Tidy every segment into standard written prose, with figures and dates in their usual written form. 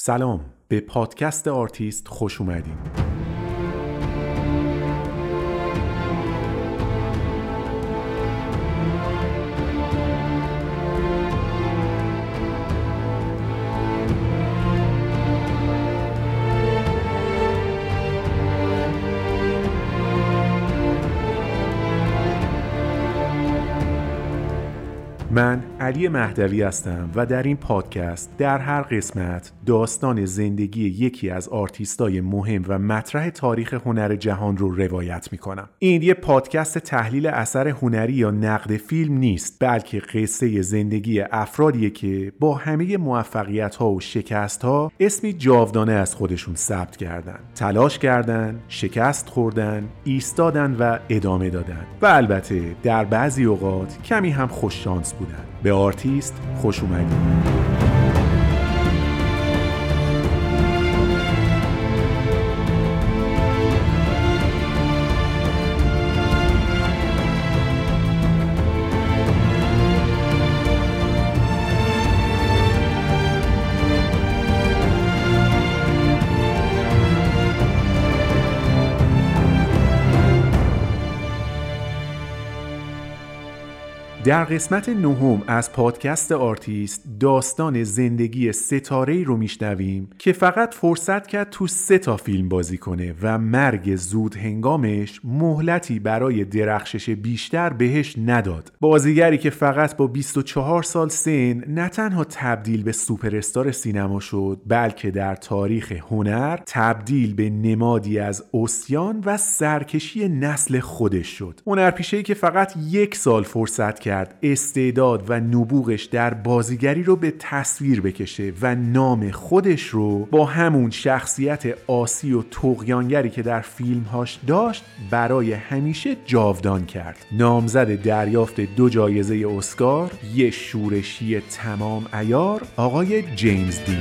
سلام، به پادکست آرتیست خوش اومدین. من علی مهدوی هستم و در این پادکست در هر قسمت داستان زندگی یکی از آرتیستای مهم و مطرح تاریخ هنر جهان رو روایت میکنم. این یه پادکست تحلیل اثر هنری یا نقد فیلم نیست، بلکه قصه زندگی افرادیه که با همه موفقیت‌ها و شکست‌ها اسمی جاودانه از خودشون ثبت کردن، تلاش کردن، شکست خوردن، ایستادن و ادامه دادن و البته در بعضی اوقات کمی هم خوش شانس بودن. به آرتیست خوش اومدید. در قسمت نهم از پادکست آرتیست داستان زندگی ستاره‌ای رو میشنویم که فقط فرصت کرد تو 3 فیلم بازی کنه و مرگ زود هنگامش مهلتی برای درخشش بیشتر بهش نداد. بازیگری که فقط با 24 سال سن نه تنها تبدیل به سوپر استار سینما شد، بلکه در تاریخ هنر تبدیل به نمادی از عصیان و سرکشی نسل خودش شد. هنرپیشه‌ای که فقط 1 سال فرصت کرد استعداد و نبوغش در بازیگری رو به تصویر بکشه و نام خودش رو با همون شخصیت آسی و طغیانگری که در فیلمهاش داشت برای همیشه جاودان کرد. نامزد دریافت 2 جایزه اسکار، یه شورشی تمام عیار، آقای جیمز دین.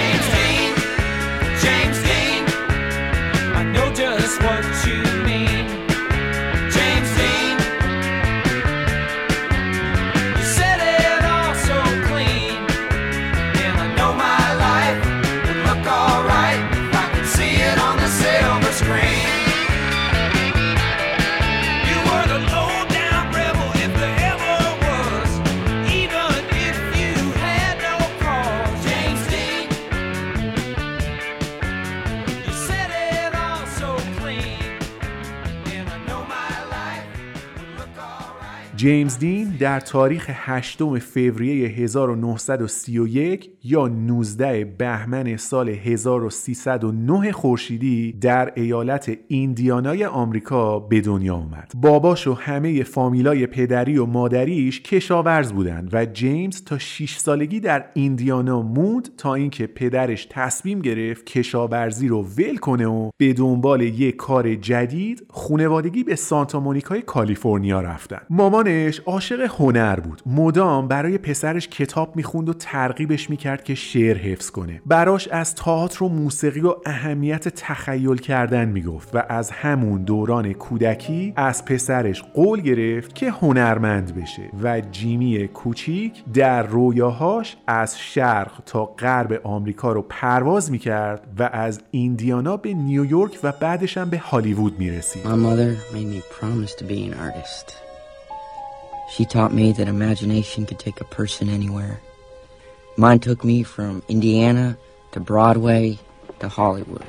جیمز دین در تاریخ 8 فوریه 1931 یا 19 بهمن سال 1309 خورشیدی در ایالت ایندیانای آمریکا به دنیا آمد. باباش و همه فامیلای پدری و مادریش کشاورز بودن و جیمز تا 6 سالگی در ایندیانا موند تا اینکه پدرش تصمیم گرفت کشاورزی رو ول کنه و به دنبال یک کار جدید خانوادگی به سانتا مونیکای کالیفرنیا رفتن. مامانش عاشق هنر بود. مدام برای پسرش کتاب میخوند و ترغیبش میکرد که شعر حفظ کنه. براش از تئاتر و موسیقی و اهمیت تخیل کردن میگفت و از همون دوران کودکی از پسرش قول گرفت که هنرمند بشه و جیمی کوچیک در رویاهاش از شرق تا غرب آمریکا رو پرواز میکرد و از ایندیانا به نیویورک و بعدش هم به هالیوود میرسید. My mother made me promise to be an artist. She taught me that imagination could take a person anywhere. Mine took me from Indiana to Broadway to Hollywood.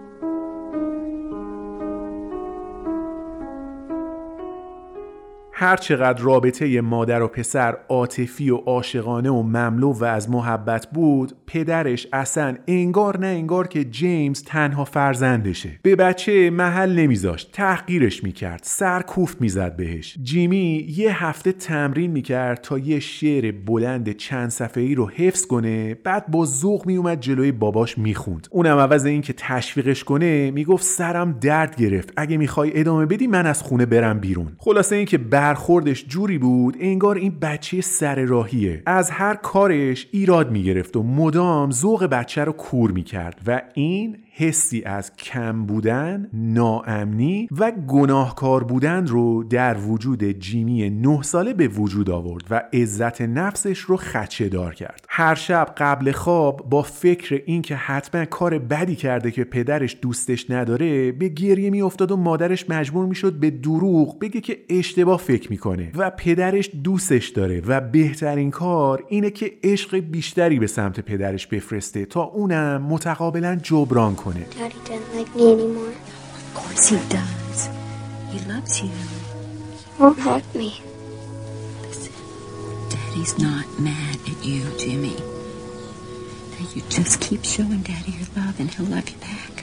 هر چقدر رابطه مادر و پسر عاطفی و عاشقانه و مملو و از محبت بود، پدرش اصلا انگار نه انگار که جیمز تنها فرزندشه. به بچه محل نمیذاشت، تحقیرش میکرد، سرکوفت میزد بهش. جیمی یه هفته تمرین میکرد تا یه شعر بلند چند صفحه‌ای رو حفظ کنه، بعد با ذوق میومد جلوی باباش میخوند. اونم عوض این که تشویقش کنه میگفت سرم درد گرفت، اگه میخوای ادامه بدی من از خونه برم بیرون. خلاصه این که برخوردش جوری بود انگار این بچه سر راهیه. از هر کارش ایراد میگرفت و مدام ذوق بچه رو کور میکرد و این حسی از کم بودن، ناامنی و گناهکار بودن رو در وجود جیمی 9 ساله به وجود آورد و عزت نفسش رو خدشه‌دار کرد. هر شب قبل خواب با فکر این که حتما کار بدی کرده که پدرش دوستش نداره به گریه میافتاد و مادرش مجبور میشد به دروغ بگه که اشتباه فکر میکنه و پدرش دوستش داره و بهترین کار اینه که عشق بیشتری به سمت پدرش بفرسته تا اونم متقابلا جبران کنه. Daddy didn't like me anymore. Of course he does. He loves you. He won't hug me. Listen, Daddy's not mad at you, Jimmy. Now you just keep showing Daddy your love and he'll love you back.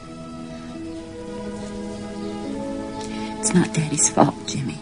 It's not Daddy's fault, Jimmy.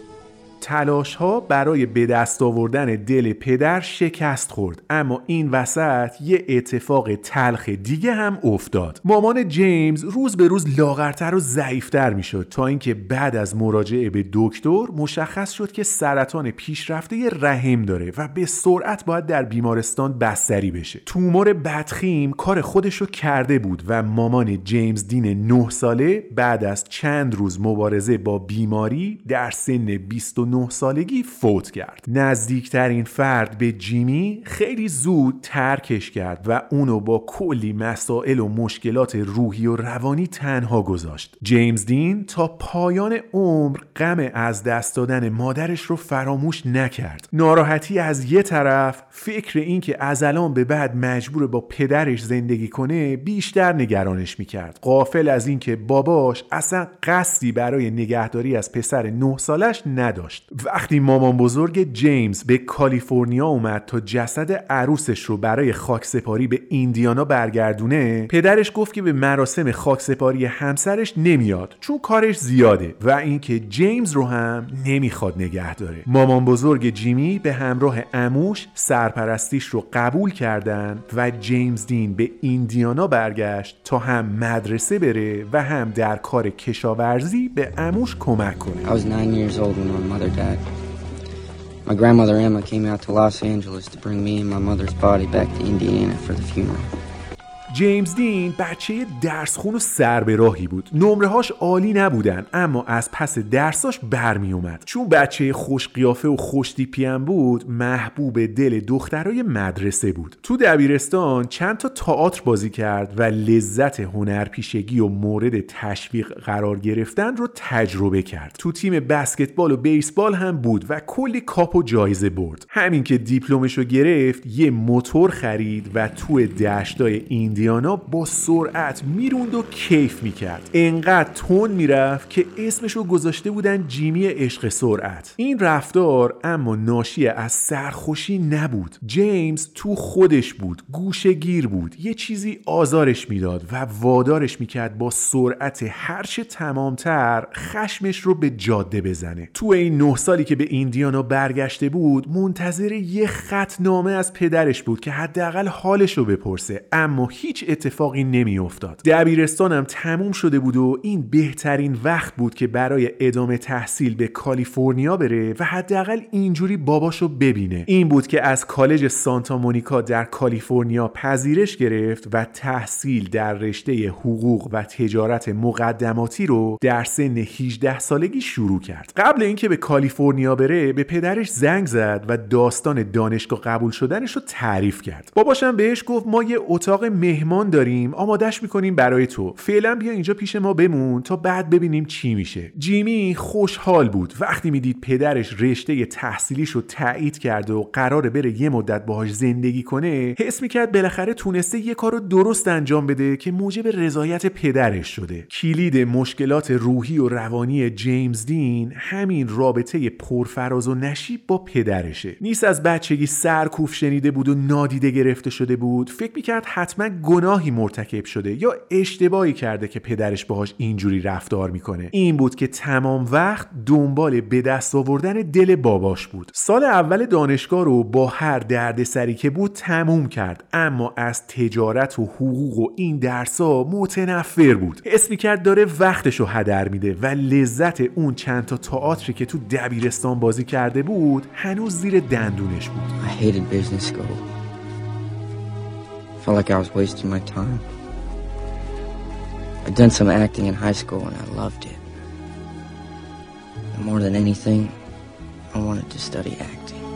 تلاش ها برای به دست آوردن دل پدر شکست خورد، اما این وسط یه اتفاق تلخ دیگه هم افتاد. مامان جیمز روز به روز لاغرتر و ضعیفتر میشد تا اینکه بعد از مراجعه به دکتر مشخص شد که سرطان پیشرفته رحم داره و به سرعت باید در بیمارستان بستری بشه. تومور بدخیم کار خودشو کرده بود و مامان جیمز دین 9 ساله بعد از چند روز مبارزه با بیماری در سن 29 سالگی فوت کرد. نزدیکترین فرد به جیمی خیلی زود ترکش کرد و اونو با کلی مسائل و مشکلات روحی و روانی تنها گذاشت. جیمز دین تا پایان عمر غم از دست دادن مادرش رو فراموش نکرد. ناراحتی از یه طرف، فکر این که از الان به بعد مجبور با پدرش زندگی کنه بیشتر نگرانش میکرد، غافل از این که باباش اصلا قصدی برای نگهداری از پسر 9 سالش نداشت. وقتی مامان بزرگ جیمز به کالیفرنیا اومد تا جسد عروسش رو برای خاکسپاری به ایندیانا برگردونه، پدرش گفت که به مراسم خاکسپاری همسرش نمیاد چون کارش زیاده و اینکه جیمز رو هم نمیخواد نگه داره. مامان بزرگ جیمی به همراه عموش سرپرستیش رو قبول کردن و جیمز دین به ایندیانا برگشت تا هم مدرسه بره و هم در کار کشاورزی به عموش کمک کنه. I was 9 years old when my mother died. My grandmother Emma came out to Los Angeles to bring me and my mother's body back to Indiana for the funeral. جیمز دین بچه درسخون و سر به راهی بود. نمره‌هاش عالی نبودن اما از پس درساش برمی اومد. چون بچه خوش قیافه و خوش تیپی هم بود، محبوب دل دخترای مدرسه بود. تو دبیرستان چند تا تئاتر بازی کرد و لذت هنرپیشگی و مورد تشویق قرار گرفتن رو تجربه کرد. تو تیم بسکتبال و بیسبال هم بود و کلی کاپ و جایزه برد. همین که دیپلمشو گرفت، یه موتور خرید و تو دشتای ایندیانا با سرعت میروند و کیف میکرد. انقدر تون میرفت که اسمشو گذاشته بودن جیمی عشق سرعت. این رفتار اما ناشی از سرخوشی نبود. جیمز تو خودش بود، گوشه‌گیر بود، یه چیزی آزارش میداد و وادارش میکرد با سرعت هرچه تمامتر خشمش رو به جاده بزنه. تو این 9 سالی که به ایندیانا برگشته بود، منتظر یه خطنامه از پدرش بود که حداقل حالش رو بپرسه، اما هیچ اتفاقی نمی افتاد. دبیرستانم تموم شده بود و این بهترین وقت بود که برای ادامه تحصیل به کالیفرنیا بره و حداقل اینجوری باباشو ببینه. این بود که از کالج سانتا مونیکا در کالیفرنیا پذیرش گرفت و تحصیل در رشته حقوق و تجارت مقدماتی رو در سن 18 سالگی شروع کرد. قبل اینکه به کالیفرنیا بره به پدرش زنگ زد و داستان دانشگاه قبول شدنش رو تعریف کرد. باباشم بهش گفت ما یه اتاق مهمان داریم، آمادش میکنیم برای تو، فعلا بیا اینجا پیش ما بمون تا بعد ببینیم چی میشه. جیمی خوشحال بود وقتی میدید پدرش رشته تحصیلیش رو تایید کرده و قراره بره یه مدت باهاش زندگی کنه. حس میکرد بالاخره تونسته یه کارو درست انجام بده که موجب رضایت پدرش شده. کلید مشکلات روحی و روانی جیمز دین همین رابطه پرفراز و نشیب با پدرشه. نیست از بچگی سرکوف شنیده بود و نادیده گرفته شده بود. فکر میکرد حتما گناهی مرتکب شده یا اشتباهی کرده که پدرش باهاش اینجوری رفتار میکنه. این بود که تمام وقت دنبال به دست آوردن دل باباش بود. سال اول دانشگاه رو با هر دردسری که بود تموم کرد، اما از تجارت و حقوق و این درسا متنفر بود. حس میکرد داره وقتشو هدر میده و لذت اون چند تا تئاتری که تو دبیرستان بازی کرده بود هنوز زیر دندونش بود. I hated business school. Felt like I was wasting my time. I'd done some acting in high school and I loved it. And more than anything, I wanted to study acting.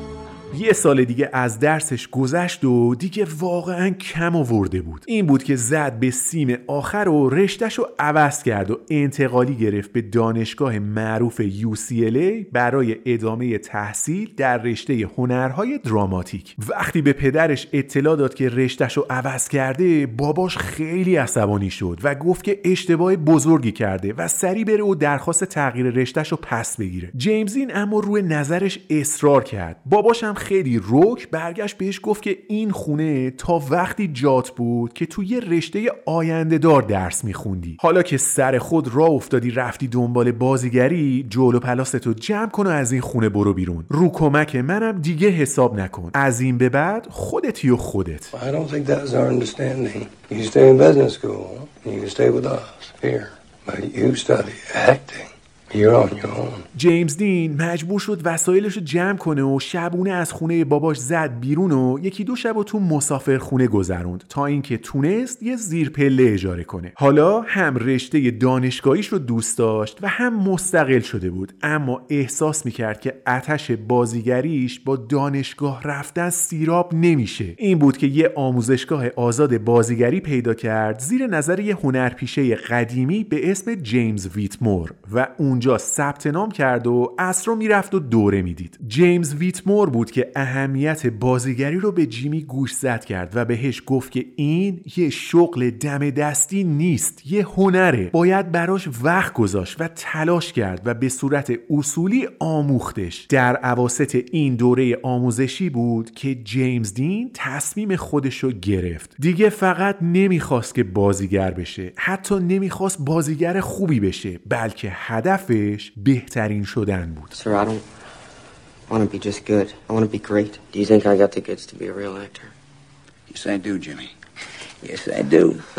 یه سال دیگه از درسش گذشت و دیگه واقعا کم آورده بود. این بود که زد به سیم آخر و رشته‌شو عوض کرد و انتقالی گرفت به دانشگاه معروف UCLA برای ادامه تحصیل در رشته هنرهای دراماتیک. وقتی به پدرش اطلاع داد که رشته‌شو عوض کرده، باباش خیلی عصبانی شد و گفت که اشتباه بزرگی کرده و سریع بره و درخواست تغییر رشته‌شو پس بگیره. جیمز دین اما روی نظرش اصرار کرد. باباش هم خیلی روک برگشت بهش گفت که این خونه تا وقتی جات بود که تو یه رشته آینده دار درس میخوندی. حالا که سر خود راه افتادی رفتی دنبال بازیگری، جول و پلاستو جمع کن و از این خونه برو بیرون. رو کمک منم دیگه حساب نکن. از این به بعد خودتی و خودت. I don't think that's our understanding. You stay in business school and you can stay with us here. But you study acting. You're on your own. جیمز دین مجبور شد وسایلشو جمع کنه و شبونه از خونه باباش زد بیرون و یکی دو شب تو مسافر خونه گذروند تا اینکه تونست یه زیرپله اجاره کنه. حالا هم رشته دانشگاهیش رو دوست داشت و هم مستقل شده بود، اما احساس میکرد که آتش بازیگریش با دانشگاه رفتن سیراب نمیشه. این بود که یه آموزشگاه آزاد بازیگری پیدا کرد زیر نظر یه هنرپیشه قدیمی به اسم جیمز ویتمور و اونجا ثبت نام کرد و عصر میرفت و دوره میدید. جیمز ویتمور بود که اهمیت بازیگری رو به جیمی گوش زد کرد و بهش گفت که این یه شغل دم دستی نیست، یه هنره. باید براش وقت گذاشت و تلاش کرد و به صورت اصولی آموختش. در اواسط این دوره آموزشی بود که جیمز دین تصمیم خودش رو گرفت. دیگه فقط نمیخواست که بازیگر بشه، حتی نمیخواست بازیگر خوبی بشه، بلکه هدفش بهترین شدن بود. Sir, I don't want to be just good. I want to be great. Do you think I got the goods to be a real actor? Yes, I do, Jimmy. Yes, I do.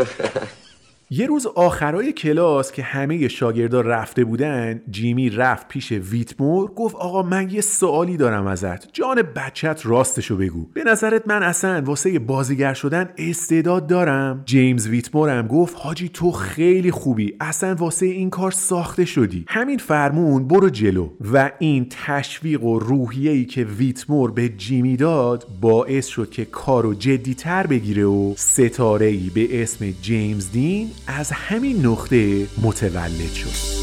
یه روز آخرای کلاس که همه شاگردا رفته بودن، جیمی رفت پیش ویتمور، گفت آقا من یه سوالی دارم ازت. جان بچت راستشو بگو. به نظرت من اصلا واسه بازیگر شدن استعداد دارم؟ جیمز ویتمور هم گفت حاجی تو خیلی خوبی، اصلا واسه این کار ساخته شدی. همین فرمون برو جلو. و این تشویق و روحیه‌ای که ویتمور به جیمی داد باعث شد که کارو جدی‌تر بگیره و ستاره‌ای به اسم جیمز دین از همین نقطه متولد شد.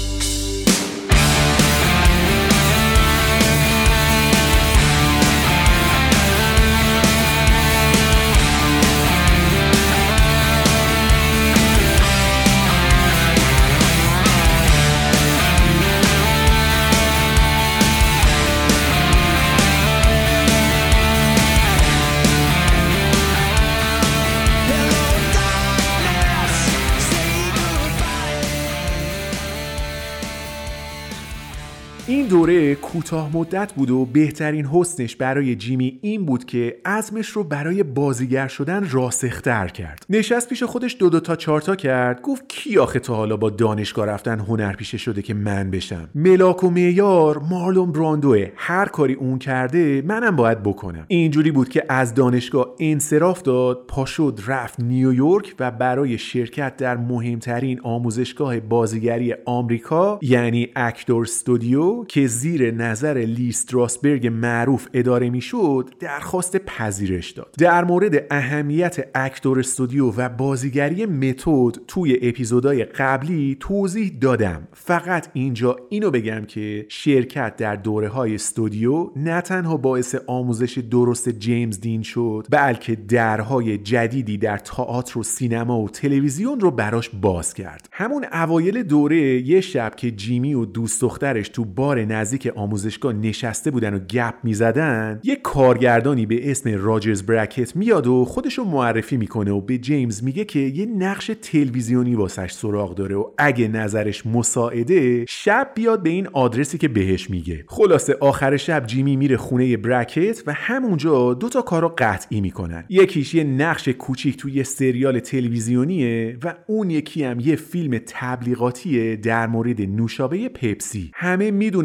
این دوره کوتاه مدت بود و بهترین حسنش برای جیمی این بود که عزمش رو برای بازیگر شدن راسختر کرد. نشست پیش خودش دو تا چهار تا کرد، گفت کی آخه تا حالا با دانشگاه رفتن هنرپیشه شده که من بشم؟ ملاک و معیار مارلون براندوه، هر کاری اون کرده منم باید بکنم. اینجوری بود که از دانشگاه انصراف داد، پا شد رفت نیویورک و برای شرکت در مهمترین آموزشگاه بازیگری آمریکا یعنی اکتور استودیو که زیر نظر لی استراسبرگ معروف اداره میشد درخواست پذیرش داد. در مورد اهمیت اکتور استودیو و بازیگری متد توی اپیزودهای قبلی توضیح دادم. فقط اینجا اینو بگم که شرکت در دوره‌های استودیو نه تنها باعث آموزش درست جیمز دین شد، بلکه درهای جدیدی در تئاتر و سینما و تلویزیون رو براش باز کرد. همون اوایل دوره یه شب که جیمی و دوست دخترش تو بار نزدیک آموزشگاه نشسته بودن و گپ میزدن، یه کارگردانی به اسم راجرز برکت میاد و خودشو معرفی میکنه و به جیمز میگه که یه نقش تلویزیونی واسش سراغ داره و اگه نظرش مساعده شب بیاد به این آدرسی که بهش میگه. خلاصه آخر شب جیمی میره خونه برکت و همونجا دوتا کارو قطعی میکنن. یکیش یه نقش کوچیک توی یه سریال تلویزیونیه و اون یکی هم یه فیلم تبلیغاتیه در مورد نوشابه پپسی. همه میدونه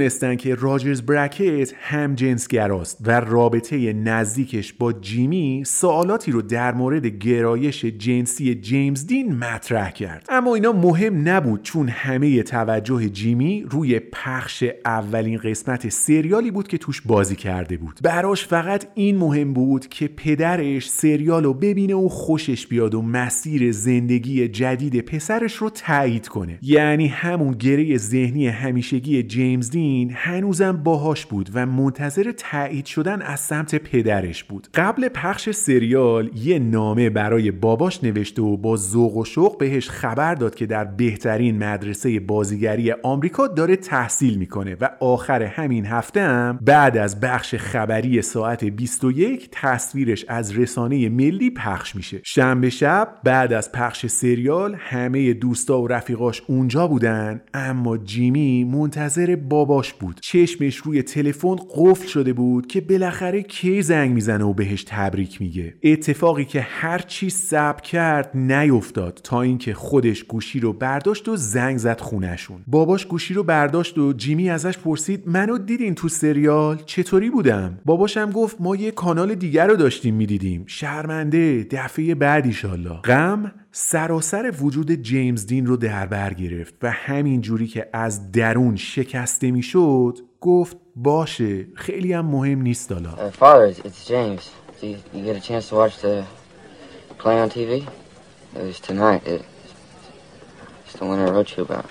میدونستن که راجرز برکت هم جنسگراست و رابطه نزدیکش با جیمی سوالاتی رو در مورد گرایش جنسی جیمز دین مطرح کرد. اما اینا مهم نبود، چون همه توجه جیمی روی پخش اولین قسمت سریالی بود که توش بازی کرده بود. براش فقط این مهم بود که پدرش سریالو ببینه و خوشش بیاد و مسیر زندگی جدید پسرش رو تایید کنه. یعنی همون گره ذهنی همیشگی جیمز دین هنوزم باهاش بود و منتظر تایید شدن از سمت پدرش بود. قبل پخش سریال یه نامه برای باباش نوشته و با ذوق و شوق بهش خبر داد که در بهترین مدرسه بازیگری آمریکا داره تحصیل میکنه و آخر همین هفته هم بعد از بخش خبری ساعت 21 تصویرش از رسانه ملی پخش میشه. شنبه شب بعد از پخش سریال همه دوستا و رفیقاش اونجا بودن، اما جیمی منتظر باباش بود. چشمش روی تلفن قفل شده بود که بالاخره کی زنگ میزنه و بهش تبریک میگه. اتفاقی که هر چی صبر کرد نیفتاد تا اینکه خودش گوشی رو برداشت و زنگ زد خونهشون. باباش گوشی رو برداشت و جیمی ازش پرسید منو دیدین تو سریال؟ چطوری بودم؟ باباش هم گفت ما یه کانال دیگر رو داشتیم میدیدیم. شرمنده، دفعه بعد ایشالله. غم سراسر وجود جیمز دین رو در بر گرفت و همین جوری که از درون شکسته میشد گفت باشه، خیلی هم مهم نیست حالا. Father, it's James. Do you get a chance to watch the play on TV? It was tonight. It's the one I wrote you about.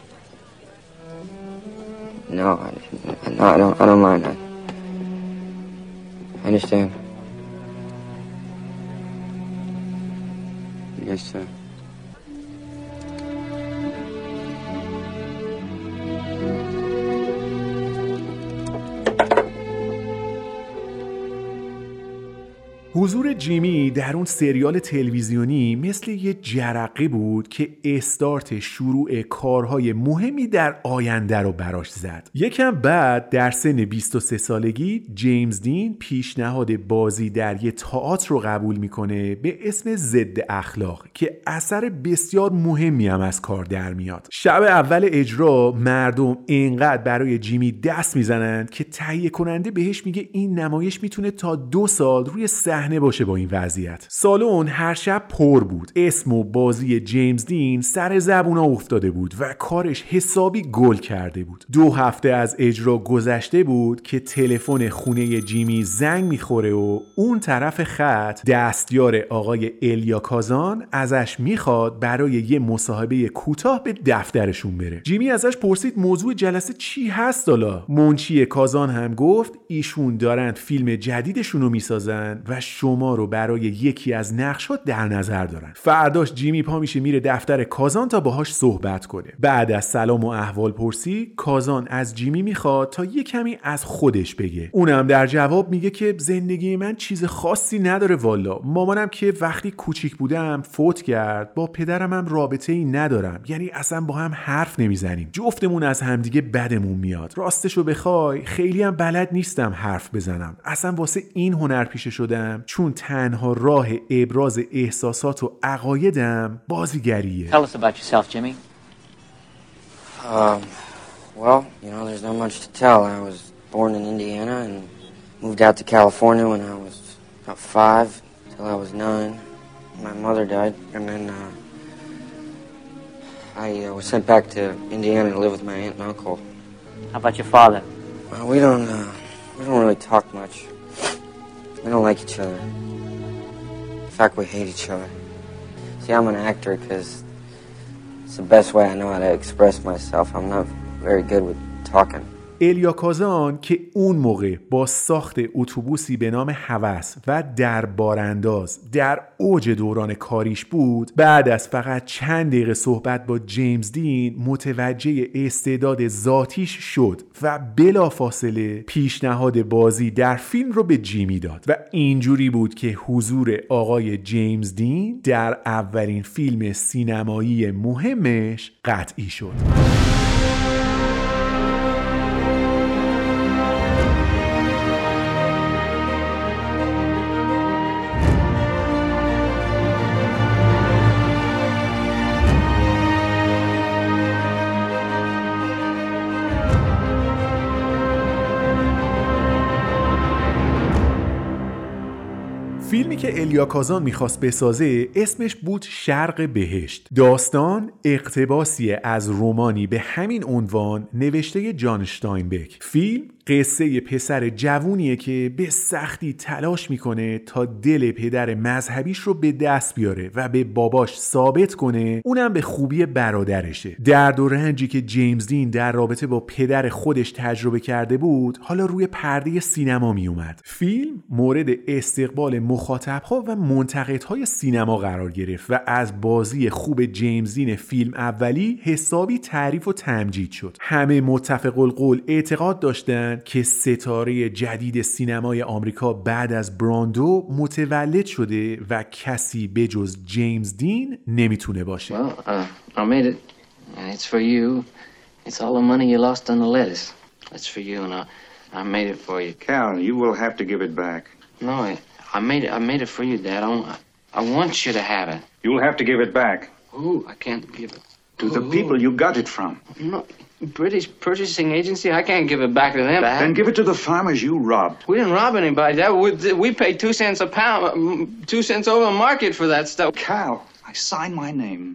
No, I don't mind. I understand. Yes, sir. حضور جیمی در اون سریال تلویزیونی مثل یه جرقه بود که استارت شروع کارهای مهمی در آینده رو براش زد. یکم بعد در سن 23 سالگی جیمز دین پیشنهاد بازی در یه تئاتر رو قبول میکنه به اسم ضد اخلاق که اثر بسیار مهمی هم از کار در میاد. شب اول اجرا مردم اینقدر برای جیمی دست میزنند که تهیه کننده بهش میگه این نمایش میتونه تا 2 سال روی صحنه باشه. با این وضعیت سالن هر شب پر بود. اسم و بازی جیمز دین سر زبونا افتاده بود و کارش حسابی گل کرده بود. 2 هفته از اجرا گذشته بود که تلفن خونه جیمی زنگ میخوره و اون طرف خط دستیار آقای الیا کازان ازش میخواد برای یه مصاحبه کوتاه به دفترشون بره. جیمی ازش پرسید موضوع جلسه چی هست حالا؟ منشی کازان هم گفت ایشون دارن فیلم جدیدشون رو میسازن و شما رو برای یکی از نقشات در نظر دارن. فرداش جیمی پا میشه میره دفتر کازان تا باهاش صحبت کنه. بعد از سلام و احوال پرسی کازان از جیمی میخواد تا یه کمی از خودش بگه. اونم در جواب میگه که زندگی من چیز خاصی نداره والا. مامانم که وقتی کوچیک بودم فوت کرد، با پدرم هم رابطه ای ندارم، یعنی اصلا با هم حرف نمیزنیم. جفتمون از همدیگه بدمون میاد. راستشو بخوای خیلی هم بلد نیستم حرف بزنم. اصلا واسه این هنر پیشه شدم چون تنها راه ابراز احساسات و عقایدم بازیگریه. Tell us about yourself, Jimmy. Well, there's not much to tell. I was born in Indiana and moved out to California when I was about 5 till I was 9. My mother died, and then I was sent back to Indiana to live with my aunt and uncle. How about your father? Well, we don't really talk much. We don't like each other. In fact, we hate each other. See, I'm an actor because it's the best way I know how to express myself. I'm not very good with talking. الیا کازان که اون موقع با ساخت اتوبوسی به نام هوس و در بارانداز در اوج دوران کاریش بود، بعد از فقط چند دقیقه صحبت با جیمز دین متوجه استعداد ذاتیش شد و بلافاصله پیشنهاد بازی در فیلم رو به جیمی داد و اینجوری بود که حضور آقای جیمز دین در اولین فیلم سینمایی مهمش قطعی شد. فیلمی که الیا کازان میخواست بسازه اسمش بود شرق بهشت. داستان اقتباسیه از رمانی به همین عنوان نوشته جان اشتاینبک. فیلم قصه پسر جوونیه که به سختی تلاش میکنه تا دل پدر مذهبیش رو به دست بیاره و به باباش ثابت کنه اونم به خوبی برادرشه. درد و رنجی که جیمز دین در رابطه با پدر خودش تجربه کرده بود حالا روی پرده سینما می اومد. فیلم مورد استقبال مخاطبها و منتقدهای سینما قرار گرفت و از بازی خوب جیمز دین فیلم اولی حسابی تعریف و تمجید شد. همه متفق القول اعتقاد داشتن که ستاره جدید سینمای آمریکا بعد از براندو متولد شده و کسی بجز جیمز دین نمیتونه باشه. Well, I made it. And it's for you. It's all the money you lost on the lettuce. That's for you, and I made it for you. Cal, you will have to give it back. No, I made it for you, Dad. I want you to have it. You'll have to give it back. Ooh, I can't give it. To the people you got it from. No, British purchasing agency, I can't give it back to them. Then give it to the farmers you robbed. We didn't rob anybody, Dad. We paid 2 cents a pound, 2 cents over the market for that stuff. Cal, I signed my name.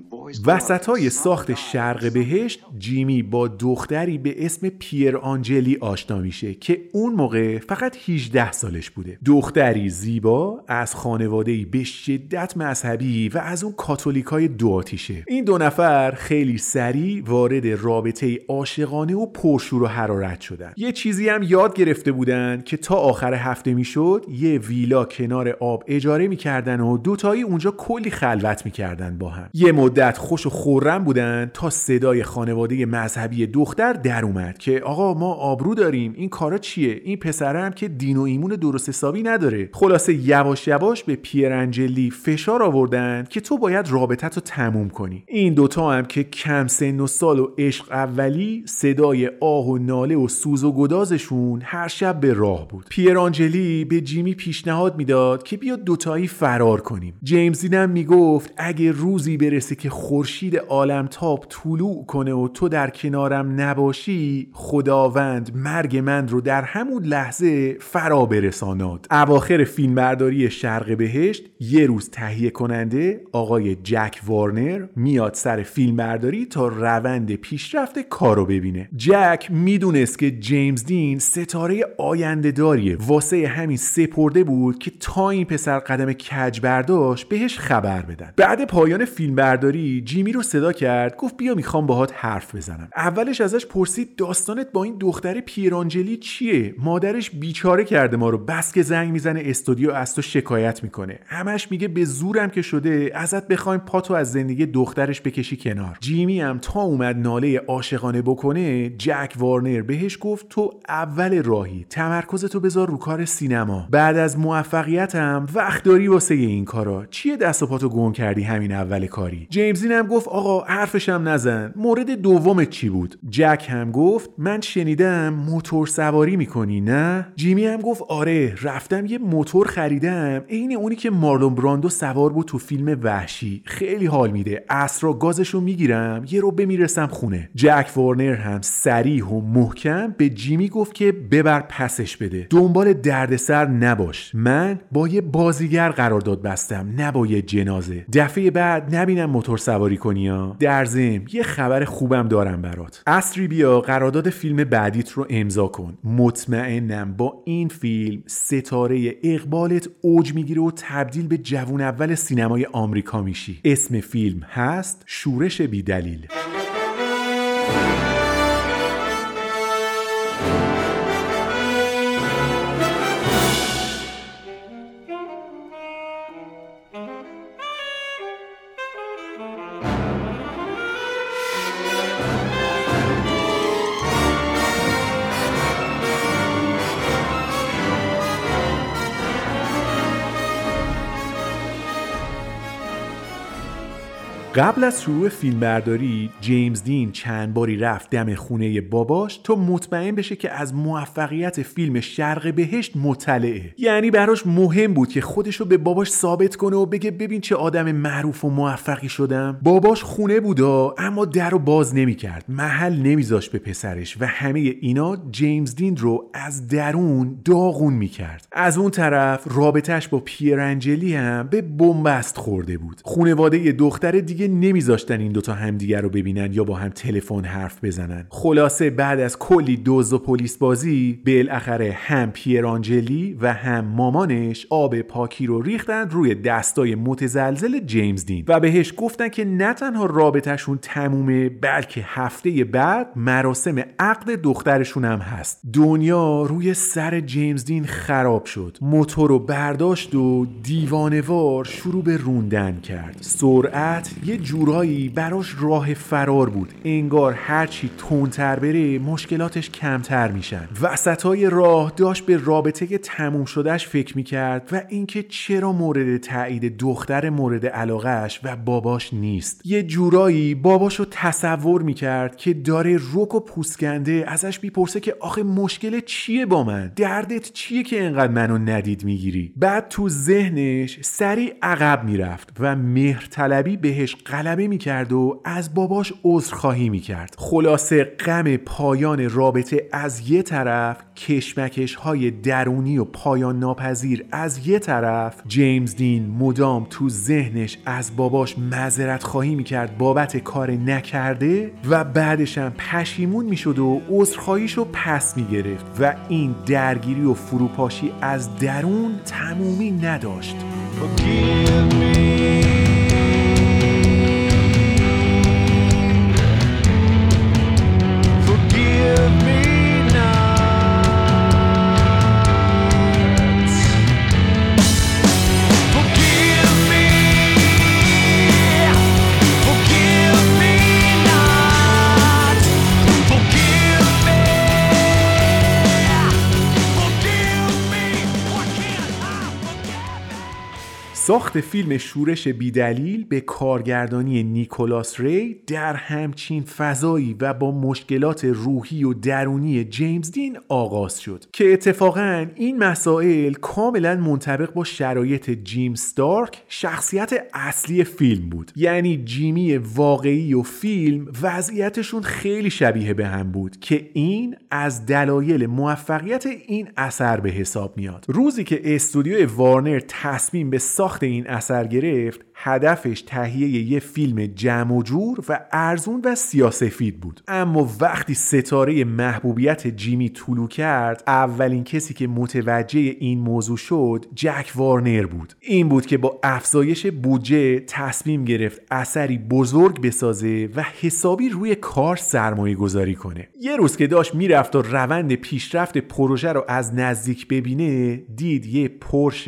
وسطای ساخت شرق بهشت جیمی با دختری به اسم پیر آنجلی آشنا میشه که اون موقع فقط 18 سالش بوده. دختری زیبا از خانواده‌ای به شدت مذهبی و از اون کاتولیکای دو آتیشه. این دو نفر خیلی سریع وارد رابطه عاشقانه و پرشور و حرارت شدن. یه چیزی هم یاد گرفته بودن که تا آخر هفته میشد یه ویلا کنار آب اجاره میکردن و دوتایی اونجا کلی خلوت میکردن با هم. یه مدت خوش و خرم بودن تا صدای خانواده مذهبی دختر در اومد که آقا ما آبرو داریم، این کارا چیه؟ این پسره هم که دین و ایمون درست حسابی نداره. خلاصه یواش یواش به پیر انجلی فشار آوردن که تو باید رابطتو تموم کنی. این دوتا هم که کم سن و سال و عشق اولی صدای آه و ناله و سوز و گدازشون هر شب به راه بود. پیر انجلی به جیمی پیشنهاد میداد که بیا دوتایی فرار کنیم. جیمز دینم میگفت اگه روزی برسه که خورشید عالمتاب طلوع کنه و تو در کنارم نباشی خداوند مرگ من رو در همون لحظه فرا برساناد. اواخر فیلمبرداری شرق بهشت یه روز تهیه کننده آقای جک وارنر میاد سر فیلمبرداری تا روند پیشرفت کارو ببینه. جک میدونست که جیمز دین ستاره آینده داریه، واسه همین سپرده بود که تا این پسر قدم کج برداشت بهش خبر بدن. بعد پایان فیلمبرداری جیمی رو صدا کرد، گفت بیا میخوام باهات حرف بزنم. اولش ازش پرسید داستانت با این دختر پیر آنجلی چیه؟ مادرش بیچاره کرده ما رو، بس که زنگ میزنه استودیو از تو شکایت میکنه، همش میگه به زورم که شده ازت بخوایم پاتو از زندگی دخترش بکشی کنار. جیمی هم تا اومد ناله عاشقانه بکنه، جک وارنر بهش گفت تو اول راهی، تمرکزتو بذار رو کار سینما، بعد از موفقیتم وقت داری واسه این کارا، چیه دست و پاتو گم کردی همین اول کاری؟ جیمز هم گفت آقا حرفشم نزن، مورد دومت چی بود؟ جک هم گفت من شنیدم موتور سواری میکنی نه؟ جیمی هم گفت آره رفتم یه موتور خریدم عین اونی که مارلون براندو سوار بود تو فیلم وحشی، خیلی حال میده، عصرا گازشو میگیرم یه رو میرسم خونه. جک وارنر هم صریح و محکم به جیمی گفت که ببر پسش بده، دنبال دردسر نباش، من با یه بازیگر قرارداد بستم نه با یه جنازه، دفعه بعد نبینم موتور سواری کنی ها. در ضمن یه خبر خوبم دارم برات، عصری بیا قرارداد فیلم بعدیت رو امضا کن، مطمئنم با این فیلم ستاره اقبالت اوج میگیره و تبدیل به جوون اول سینمای آمریکا میشی. اسم فیلم هست شورش بی دلیل. قبل از شروع فیلمبرداری جیمز دین چند باری رفت دم خونه باباش تا مطمئن بشه که از موفقیت فیلم شرق بهشت مطلعه. یعنی براش مهم بود که خودشو به باباش ثابت کنه و بگه ببین چه آدم معروف و موفقی شدم. باباش خونه بودا اما درو باز نمی‌کرد، محل نمیذاشت به پسرش و همه اینا جیمز دین رو از درون داغون می‌کرد. از اون طرف رابطه‌اش با پیر انجلی هم به بنبست خورده بود. خانواده دختر دیگه نمیذاشتن این دوتا همدیگر رو ببینن یا با هم تلفن حرف بزنن. خلاصه بعد از کلی دزد و پلیس بازی بالاخره هم پیر آنجلی و هم مامانش آب پاکی رو ریختن روی دستای متزلزل جیمز دین و بهش گفتن که نه تنها رابطهشون تمومه بلکه هفته بعد مراسم عقد دخترشون هم هست. دنیا روی سر جیمز دین خراب شد. موتور رو برداشت و دیوانه‌وار شروع به روندن کرد. سرعت یه جورایی براش راه فرار بود. انگار هرچی تندتر بره مشکلاتش کمتر میشن. وسطای راه داشت به رابطه تموم شدهش فکر میکرد و اینکه چرا مورد تایید دختر مورد علاقهش و باباش نیست. یه جورایی باباشو تصور میکرد که داره رک و پوسکنده ازش میپرسه که آخه مشکل چیه با من؟ دردت چیه که انقدر منو ندید میگیری؟ بعد تو ذهنش سریع عقب میرفت و مهرطلبی بهش غلبه میکرد و از باباش عذرخواهی میکرد. خلاصه غم پایان رابطه از یه طرف، کشمکش های درونی و پایان ناپذیر از یه طرف، جیمز دین مدام تو ذهنش از باباش معذرت خواهی میکرد بابت کار نکرده و بعدش هم پشیمون میشد و عذرخواهیشو پس میگرفت و این درگیری و فروپاشی از درون تمومی نداشت. ساخت فیلم شورش بیدلیل به کارگردانی نیکولاس ری در همچین فضایی و با مشکلات روحی و درونی جیمز دین آغاز شد که اتفاقاً این مسائل کاملاً منطبق با شرایط جیم ستارک شخصیت اصلی فیلم بود. یعنی جیمی واقعی و فیلم وضعیتشون خیلی شبیه به هم بود که این از دلایل موفقیت این اثر به حساب میاد. روزی که استودیو وارنر تصمیم به ساخت این اثر گرفت، هدفش تهیه یه فیلم جمع و جور و ارزون و سیاه‌سفید بود. اما وقتی ستاره محبوبیت جیمی طلوع کرد، اولین کسی که متوجه این موضوع شد جک وارنر بود. این بود که با افزایش بودجه تصمیم گرفت اثری بزرگ بسازه و حسابی روی کار سرمایه گذاری کنه. یه روز که داشت میرفت و روند پیشرفت پروژه رو از نزدیک ببینه، دید یه پورش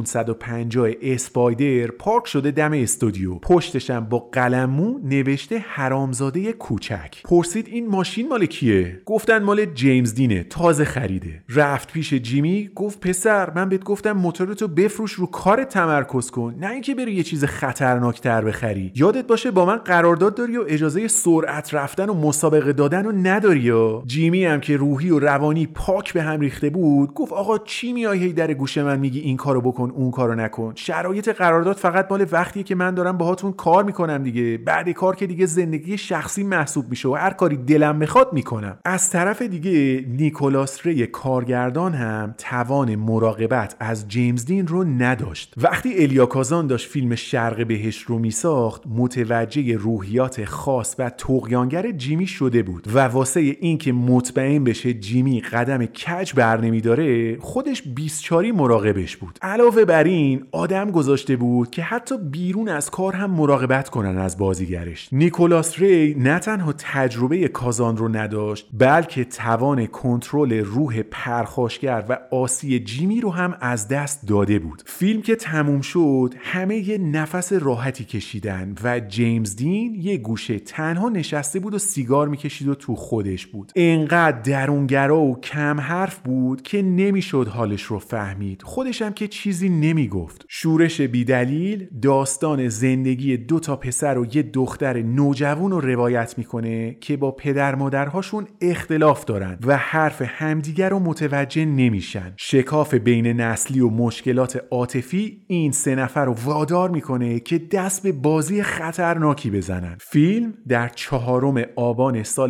550 اسپایدر پارک شده دم استودیو. پشتشم با قلمو نوشته حرامزاده کوچک. پرسید این ماشین مال کیه؟ گفتن مال جیمز دینه، تازه خریده. رفت پیش جیمی، گفت پسر من بهت گفتم موتورتو بفروش، رو کارت تمرکز کن، نه اینکه بری یه چیز خطرناکتر بخری. یادت باشه با من قرارداد داری و اجازه سرعت رفتن و مسابقه دادن رو نداری. یا جیمی هم که روحی و روانی پاک به هم ریخته بود گفت آقا چی میای هی در گوش من میگی این کارو بکن اون کارو نکن؟ شرایط قرارداد فقط مال وقتیه که من دارم باهاتون کار میکنم دیگه. بعد کار که دیگه زندگی شخصی محسوب میشه و هر کاری دلم بخواد میکنم. از طرف دیگه نیکولاس ری کارگردان هم توان مراقبت از جیمز دین رو نداشت. وقتی الیا کازان داشت فیلم شرق بهشت رو میساخت، متوجه روحیات خاص و طغیانگر جیمی شده بود و واسه این که مطمئن بشه جیمی قدم کج بر نمیداره، خودش 24 مراقبش بود. علاوه بر این آدم گذاشته بود که حتی بیرون از کار هم مراقبت کنن از بازیگرش. نیکولاس ری نه تنها تجربه کازان رو نداشت، بلکه توان کنترل روح پرخاشگر و آسی جیمی رو هم از دست داده بود. فیلم که تموم شد همه یه نفس راحتی کشیدن و جیمز دین یه گوشه تنها نشسته بود و سیگار میکشید و تو خودش بود. انقدر درونگرا و کم حرف بود که نمیشد حالش رو فهمید. خودش هم که چیزی نمیگفت. شورش شورش بیدلیل داستان زندگی 2 پسر و 1 دختر نوجوان رو روایت میکنه که با پدر مادرهاشون اختلاف دارن و حرف همدیگر رو متوجه نمیشن. شکاف بین نسلی و مشکلات عاطفی این 3 نفر رو وادار میکنه که دست به بازی خطرناکی بزنن. فیلم در 4 آبان سال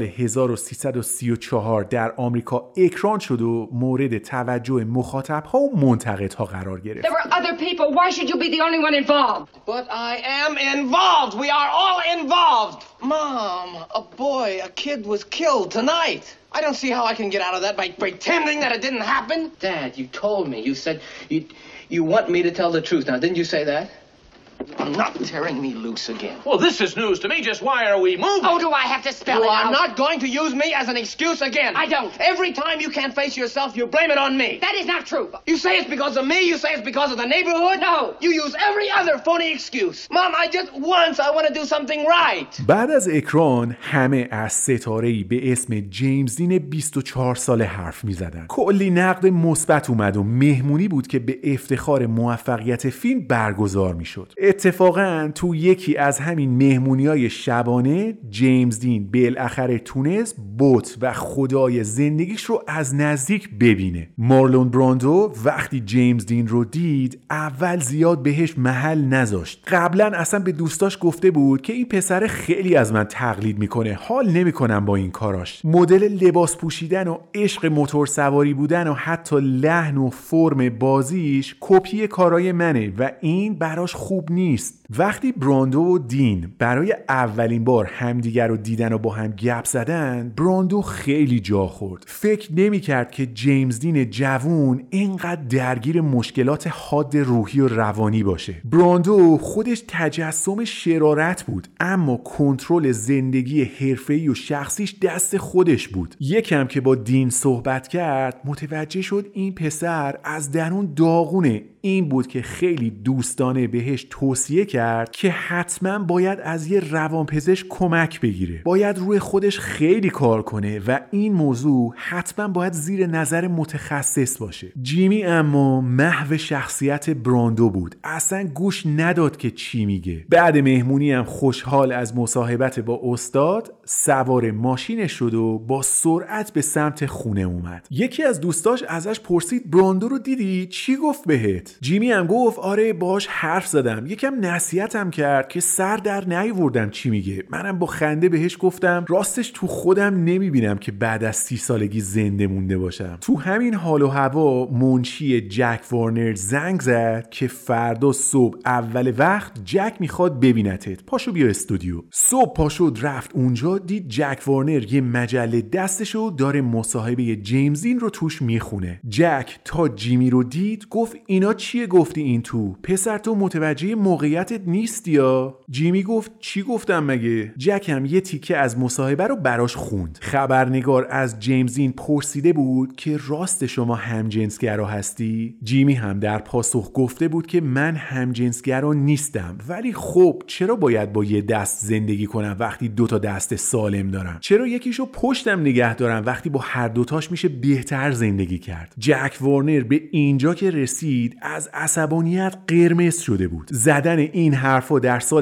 1334 در آمریکا اکران شد و مورد توجه مخاطبها و منتقدها قرار گرفت. There were other people. Why should you be the only one involved? But I am involved. We are all involved. Mom, a boy, a kid was killed tonight. I don't see how I can get out of that by pretending that it didn't happen. Dad, you told me. You said you want me to tell the truth. Now, didn't you say that? I'm not tearing me loose again. Well, this is news to me. Just why are we moving? Oh, do I have to spell it out? You are not going to use me as an excuse again. I don't. Every time you can't face yourself, you blame it on me. That is not true. You say it's because of me. You say it's because of the neighborhood. No. You use every other phony excuse. Mom, I want to do something right. بعد از اکران همه از ستاره‌ای به اسم جیمز دین 24 ساله حرف می‌زدن. کلی نقد مثبت اومد و مهمونی بود که به افتخار موفقیت فیلم برگزار می‌شد. اتفاقاً تو یکی از همین مهمونی‌های شبانه جیمز دین بالاخره تونست بوت و خدای زندگیش رو از نزدیک ببینه. مارلون براندو وقتی جیمز دین رو دید اول زیاد بهش محل نذاشت. قبلا اصلا به دوستاش گفته بود که این پسر خیلی از من تقلید میکنه، حال نمیکنم با این کاراش. مدل لباس پوشیدن و عشق موتور سواری بودن و حتی لحن و فرم بازیش کپی کارای منه و این براش خوب نیست. وقتی براندو و دین برای اولین بار همدیگر رو دیدن و با هم گپ زدن، براندو خیلی جا خورد. فکر نمی‌کرد که جیمز دین جوون اینقدر درگیر مشکلات حاد روحی و روانی باشه. براندو خودش تجسم شرارت بود، اما کنترل زندگی حرفه‌ای و شخصیش دست خودش بود. یکم که با دین صحبت کرد متوجه شد این پسر از درون داغونه. این بود که خیلی دوستانه بهش توصیه کرد که حتما باید از یه روانپزشک کمک بگیره، باید روی خودش خیلی کار کنه و این موضوع حتما باید زیر نظر متخصص باشه. جیمی اما محو شخصیت براندو بود، اصلا گوش نداد که چی میگه. بعد مهمونی هم خوشحال از مصاحبت با استاد سوار ماشینش شد و با سرعت به سمت خونه اومد. یکی از دوستاش ازش پرسید براندو رو دیدی؟ چی گفت بهت؟ جیمی هم گفت آره باش حرف زدم، یکم نصیحتم کرد که سر در نیاوردم چی میگه. منم با خنده بهش گفتم راستش تو خودم نمیبینم که بعد از 30 سالگی زنده مونده باشم. تو همین حال و هوا منشی جک وارنر زنگ زد که فردا صبح اول وقت جک میخواد ببینتت، پاشو بیا استودیو. صبح پاشد رفت اونجا، دید جک وارنر یه مجله دستشو داره مصاحبه جیمز دین رو توش میخونه. جک تا جیمی رو دید گفت اینا چیه گفتی این تو؟ پسر تو متوجه موقعیتت نیستی یا؟ جیمی گفت چی گفتم مگه؟ جک هم یه تیکه از مصاحبه رو براش خوند. خبرنگار از جیمز دین پرسیده بود که راست شما همجنسگرا هستی؟ جیمی هم در پاسخ گفته بود که من همجنسگرا نیستم، ولی خب چرا باید با یه دست زندگی کنم وقتی 2 دست سالم دارم؟ چرا یکیشو پشتم نگه دارم وقتی با هر دوتاش میشه بهتر زندگی کرد؟ جک وارنر به اینجا که رسید از عصبانیت قرمز شده بود. زدن این حرفا در سال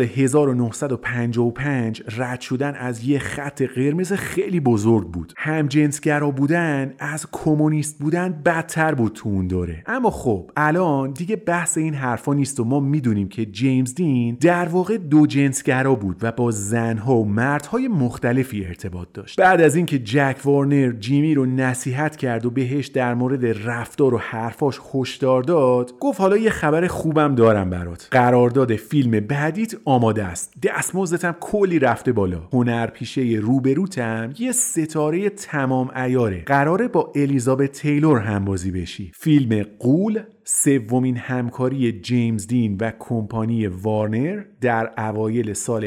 1955 رد شدن از یه خط قرمز خیلی بزرگ بود. همجنسگرا بودن از کمونیست بودن بدتر بود تو اون دوره. اما خب الان دیگه بحث این حرفا نیست و ما میدونیم که جیمز دین در واقع 2 جنسگرا بود و با زنها و مردهای مختلفی ارتباط داشت. بعد از اینکه جک وارنر جیمی رو نصیحت کرد و بهش در مورد رفتار و حرفاش هشدار داد، گفت حالا یه خبر خوبم دارم برات. قرارداد فیلم بعدیت آماده است. دستمزدتم کلی رفته بالا. هنرپیشه روبروتم یه ستاره تمام عیاره. قراره با الیزابت تیلور همبازی بشی. فیلم غول 3مین همکاری جیمز دین و کمپانی وارنر در اوایل سال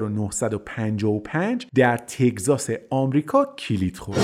1955 در تگزاس آمریکا کلید خورد.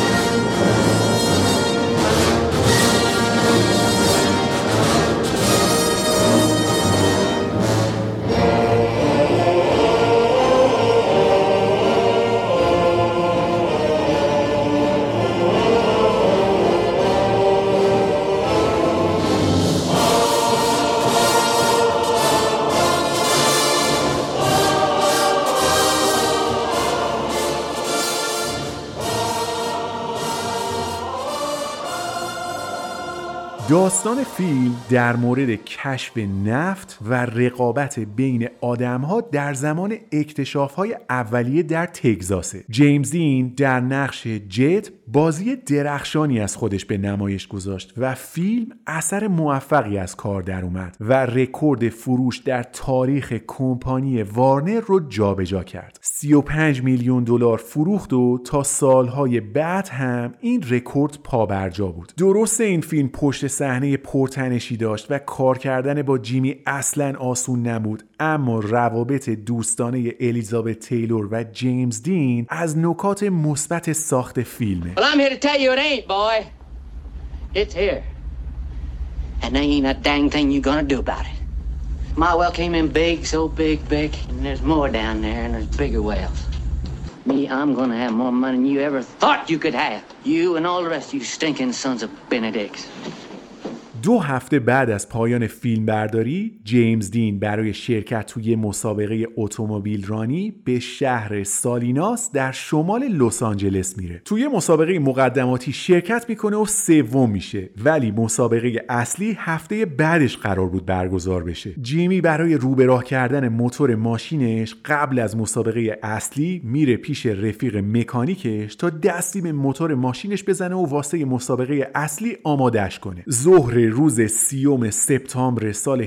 داستان فیلم در مورد کشف نفت و رقابت بین آدم‌ها در زمان اکتشاف‌های اولیه در تگزاسه. جیمز دین در نقش جت بازی درخشانی از خودش به نمایش گذاشت و فیلم اثر موفقی از کار در اومد و رکورد فروش در تاریخ کمپانی وارنر رو جابجا کرد. 35 میلیون دلار فروخت و تا سالهای بعد هم این رکورد پابرجا بود. درسته این فیلم پشت صحنه پرتنشی داشت و کار کردن با جیمی اصلا آسون نبود، اما روابط دوستانه الیزابت تیلور و جیمز دین از نکات مثبت ساخت فیلمه. Well, I'm here to tell you it ain't, boy. It's here. And there ain't a dang thing you gonna do about it. My well came in big, so big, and there's more down there, and there's bigger wells. Me, I'm gonna have more money than you ever thought you could have. You and all the rest of you stinking sons of Benedicts. 2 هفته بعد از پایان فیلم برداری، جیمز دین برای شرکت توی مسابقه اتومبیل رانی به شهر سالیناس در شمال لس آنجلس میره. توی مسابقه مقدماتی شرکت میکنه و سوم میشه، ولی مسابقه اصلی هفته بعدش قرار بود برگزار بشه. جیمی برای روبراه کردن موتور ماشینش قبل از مسابقه اصلی میره پیش رفیق مکانیکش تا دستی به موتور ماشینش بزنه و واسه مسابقه اصلی آمادش کنه. ظهر روز 30 سپتامبر سال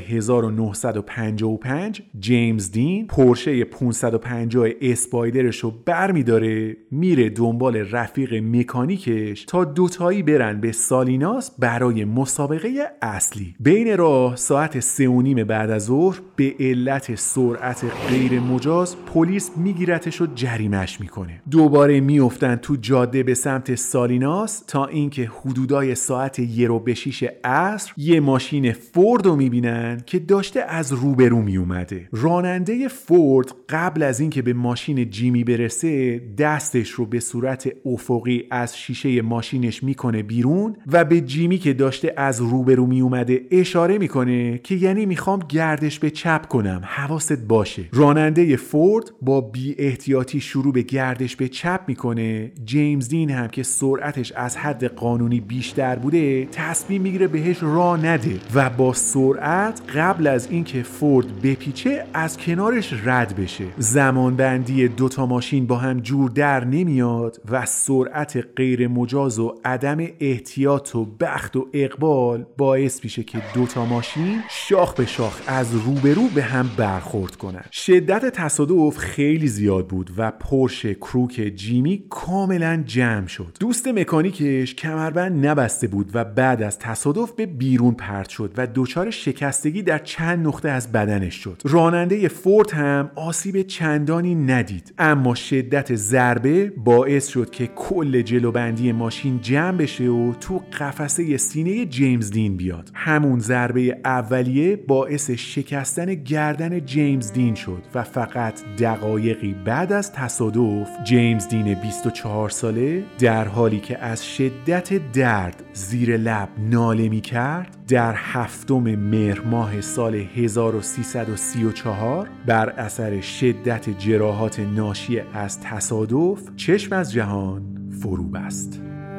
1955 جیمز دین پورشه 550 اسپایدرش رو برمیداره، میره دنبال رفیق مکانیکش تا دوتایی برن به سالیناس برای مسابقه اصلی. بین راه ساعت 3:30 بعد از ظهر به علت سرعت غیر مجاز پلیس میگیرتش و جریمش میکنه. دوباره میافتن تو جاده به سمت سالیناس تا اینکه حدودای ساعت 1:06 یه ماشین فورد رو میبینن که داشته از روبرو میومده. راننده فورد قبل از اینکه به ماشین جیمی برسه دستش رو به صورت افقی از شیشه ماشینش میکنه بیرون و به جیمی که داشته از روبرو میومده اشاره میکنه که یعنی میخوام گردش به چپ کنم، حواست باشه. راننده فورد با بی احتیاطی شروع به گردش به چپ میکنه. جیمز دین هم که سرعتش از حد قانونی بیشتر بوده تصمیم میگیره بهش راه نده و با سرعت قبل از اینکه فورد بپیچه از کنارش رد بشه. زمانبندی دوتا ماشین با هم جور در نمیاد و سرعت غیر مجاز و عدم احتیاط و بخت و اقبال باعث میشه که دوتا ماشین شاخ به شاخ از روبرو به هم برخورد کنن. شدت تصادف خیلی زیاد بود و پورشه کروک جیمی کاملا جمع شد. دوست مکانیکش کمربند نبسته بود و بعد از تصادف به بیرون پرت شد و دچار شکستگی در چند نقطه از بدنش شد. راننده فورد هم آسیب چندانی ندید، اما شدت ضربه باعث شد که کل جلوبندی ماشین جمع بشه و تو قفسه سینه جیمز دین بیاد. همون ضربه اولیه باعث شکستن گردن جیمز دین شد و فقط دقایقی بعد از تصادف جیمز دین 24 ساله در حالی که از شدت درد زیر لب ناله می‌کرد در 7 مهر ماه سال 1334 بر اثر شدت جراحات ناشی از تصادف چشم از جهان فرو بست.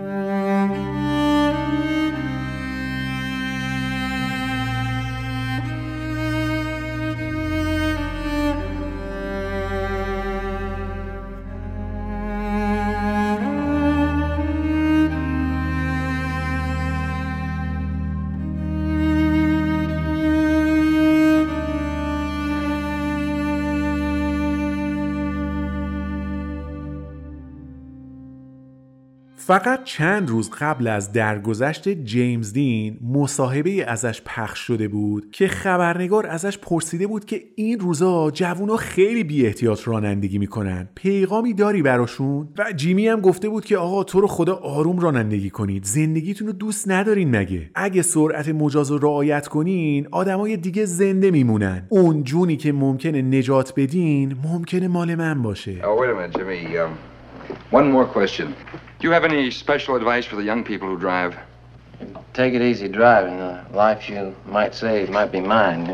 فقط چند روز قبل از درگذشت جیمز دین مصاحبه ازش پخش شده بود که خبرنگار ازش پرسیده بود که این روزا جوونا خیلی بی احتیاط رانندگی میکنن، پیغامی داری براشون؟ و جیمی هم گفته بود که آقا تو رو خدا آروم رانندگی کنید، زندگیتون رو دوست ندارین مگه؟ اگه سرعت مجاز رو رعایت کنین آدمای دیگه زنده میمونن، اون جونی که ممکنه نجات بدین ممکنه مال من باشه. Oh, wait a minute, Jimmy. One more question. Do you have any special advice for the young people who drive? Take it easy driving. The life you might save might be mine.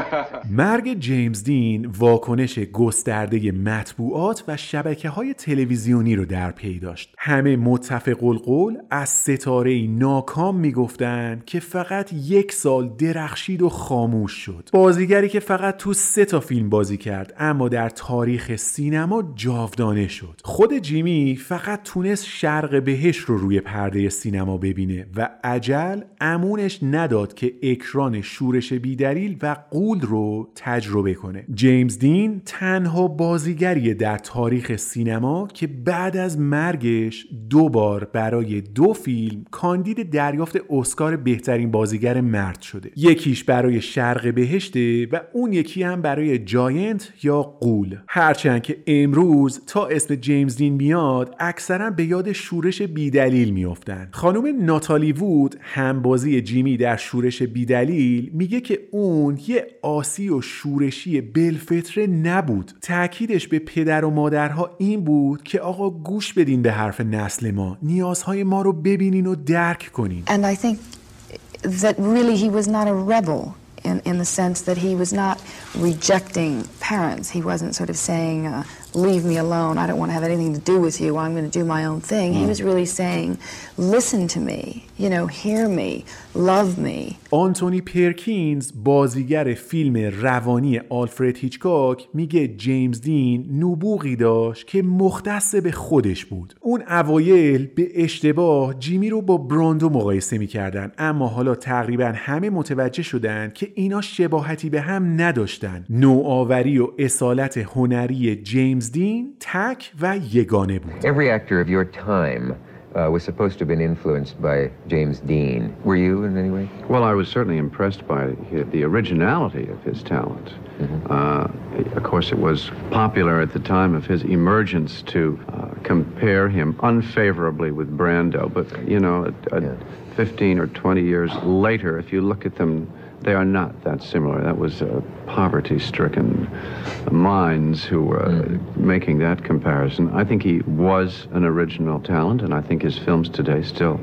مرگ جیمز دین واکنش گسترده مطبوعات و شبکه‌های تلویزیونی رو در پی داشت. همه متفق القول از ستاره‌ای ناکام میگفتن که فقط 1 سال درخشید و خاموش شد. بازیگری که فقط تو 3 تا فیلم بازی کرد اما در تاریخ سینما جاودانه شد. خود جیمی فقط تونست شرق بهشت رو روی پرده سینما ببینه و عجل امونش نداد که اکران شورش بیدلیل و غول رو تجربه کنه. جیمز دین تنها بازیگریه در تاریخ سینما که بعد از مرگش 2 بار برای 2 فیلم کاندید دریافت اسکار بهترین بازیگر مرد شده. یکیش برای شرق بهشته و اون یکی هم برای جاینت یا غول. هرچند که امروز تا اسم جیمز دین میاد اکثرا به یاد شورش بیدلیل میافتن. خانم ناتالی وود هم بازی جیمی در شورش بیدلیل میگه که اون یه آسی و شورشی بالفطره نبود. تأکیدش به پدر و مادرها این بود که آقا گوش بدین به حرف نسل ما، نیازهای ما رو ببینین و درک کنین. And I think that really he was not a rebel in the sense that he was not rejecting parents. He wasn't sort of saying, leave me alone, I don't want to have anything to do with you, I'm going to do my own thing. He was really saying, listen to me, you know, hear me, love me. آنتونی پرکینز بازیگر فیلم روانی آلفرد هیچکاک میگه جیمز دین نبوغی داشت که مختص به خودش بود. اون اوایل به اشتباه جیمی رو با براندو مقایسه میکردن، اما حالا تقریبا همه متوجه شدن که اینا شباهتی به هم نداشتن. نوآوری و اصالت هنری جیمز دین تک و یگانه بود. Every actor of your time was supposed to have been influenced by James Dean. Were you in any way? Well, I was certainly impressed by the originality of his talent. Of course, it was popular at the time of his emergence to compare him unfavorably with Brando. But, you know, 15 or 20 years later, if you look at them, they are not that similar. That was poverty-stricken minds who were making that comparison. I think he was an original talent, and I think his films today still,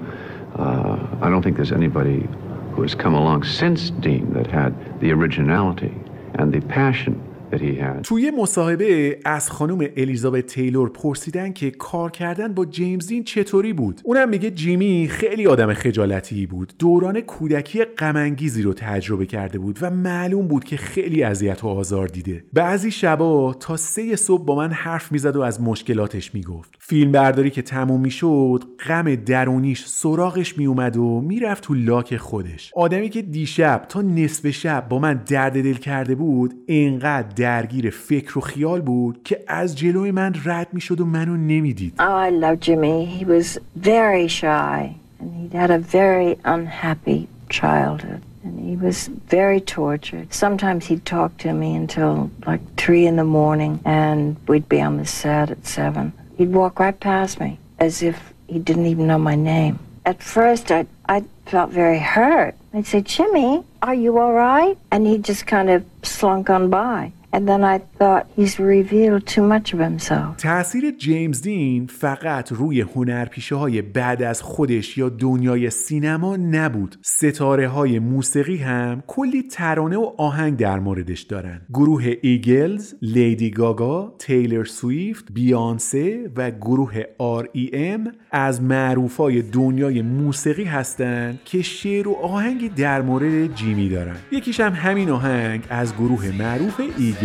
I don't think there's anybody who has come along since Dean that had the originality and the passion that he had. توی مصاحبه از خانم الیزابت تیلور پرسیدن که کار کردن با جیمز دین چطوری بود. اونم میگه جیمی خیلی آدم خجالتی بود. دوران کودکی غم انگیزی رو تجربه کرده بود و معلوم بود که خیلی اذیت و آزار دیده. بعضی شبا تا 3 صبح با من حرف میزد و از مشکلاتش میگفت. فیلم برداری که تموم میشد غم درونیش سراغش میومد و میرفت تو لاک خودش. آدمی که دیشب تا نصف شب با من درد دل کرده بود اینقدر درگیر فکر و خیال بود که از جلوی من رد میشد و منو نمیدید. Oh, I love Jimmy. He was very shy and he'd had a very unhappy childhood and he was very tortured. Sometimes he'd talk to me until like 3 in the morning and we'd be on the set at 7. He'd walk right past me as if he didn't even know my name. At first I felt very hurt. I'd say, Jimmy, are you all right? And he just kind of slunk on by. And then I thought he's revealed too much of himself. تأثیر جیمز دین فقط روی هنرپیشه‌های بعد از خودش یا دنیای سینما نبود. ستاره‌های موسیقی هم کلی ترانه و آهنگ در موردش دارن. گروه ایگلز، لیدی گاگا، تیلر سویفت، بیانسه و گروه R.E.M. از معروفای دنیای موسیقی هستن که شعر و آهنگی در مورد جیمی دارن. یکیش هم همین آهنگ از گروه معروف ایگلز.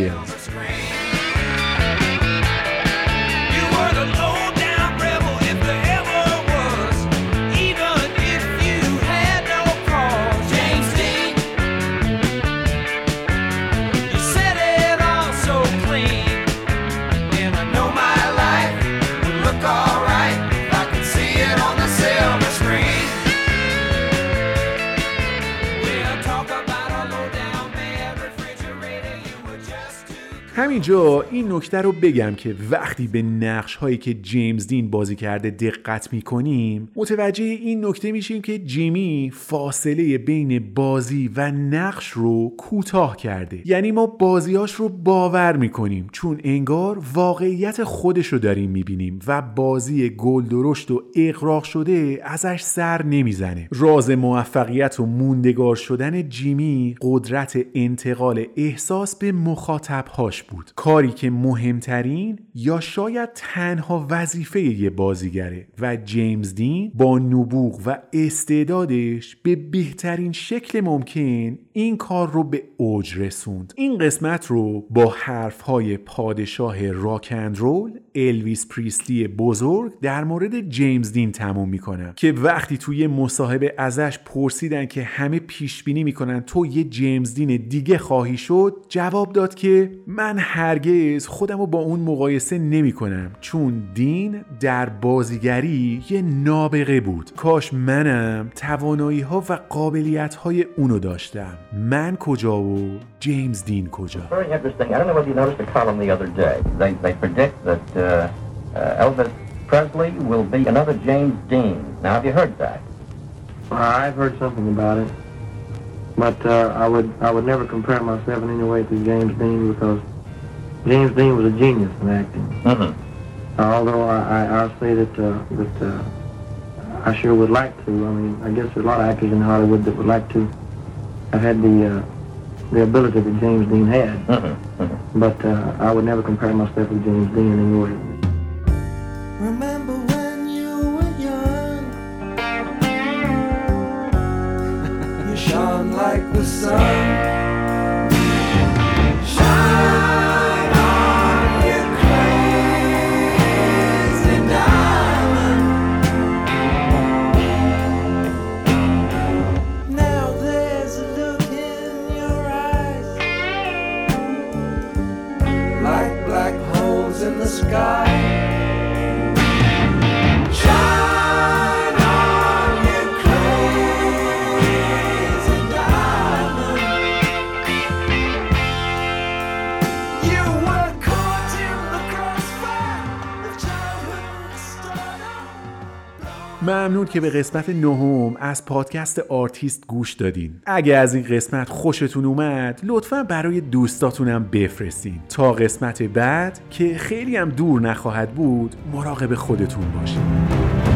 همین همینجا این نکته رو بگم که وقتی به نقش هایی که جیمز دین بازی کرده دقت میکنیم متوجه این نکته میشیم که جیمی فاصله بین بازی و نقش رو کوتاه کرده. یعنی ما بازیاش رو باور میکنیم چون انگار واقعیت خودش رو داریم میبینیم و بازی گل درشت و اغراق شده ازش سر نمیزنه. راز موفقیت و موندگار شدن جیمی قدرت انتقال احساس به مخاطبهاش بود، کاری که مهمترین یا شاید تنها وظیفه یه بازیگره و جیمز دین با نبوغ و استعدادش به بهترین شکل ممکن این کار رو به اوج رسوند. این قسمت رو با حرفهای پادشاه راک اند رول الویس پریسلی بزرگ در مورد جیمز دین تموم میکنم که وقتی توی مصاحبه ازش پرسیدن که همه پیش بینی میکنن تو یه جیمز دین دیگه خواهی شد، جواب داد که من هرگز خودم رو با اون مقایسه نمی کنم چون دین در بازیگری یه نابغه بود. کاش منم توانایی ها و قابلیت های اونو داشتم. من کجا و جیمز دین کجا؟ Very interesting. I don't know whether you noticed a column the other day. They predict that Elvis Presley will be another James Dean. Now, have you heard that? I've heard something about it, but I would never compare myself in any way to James Dean because James Dean was a genius in acting. Mm-hmm. Although I'll say that I sure would like to. I mean, I guess there's a lot of actors in Hollywood that would like to have had the ability that James Dean had. Mm-hmm. Mm-hmm. But I would never compare myself with James Dean in any way. Remember when you were young? You shone like the sun. Shine on, you crazy diamond. Now there's a look in your eyes, like black holes in the sky. ممنون که به قسمت 9 از پادکست آرتیست گوش دادین. اگه از این قسمت خوشتون اومد لطفاً برای دوستاتونم بفرستین تا قسمت بعد که خیلی هم دور نخواهد بود مراقب خودتون باشین.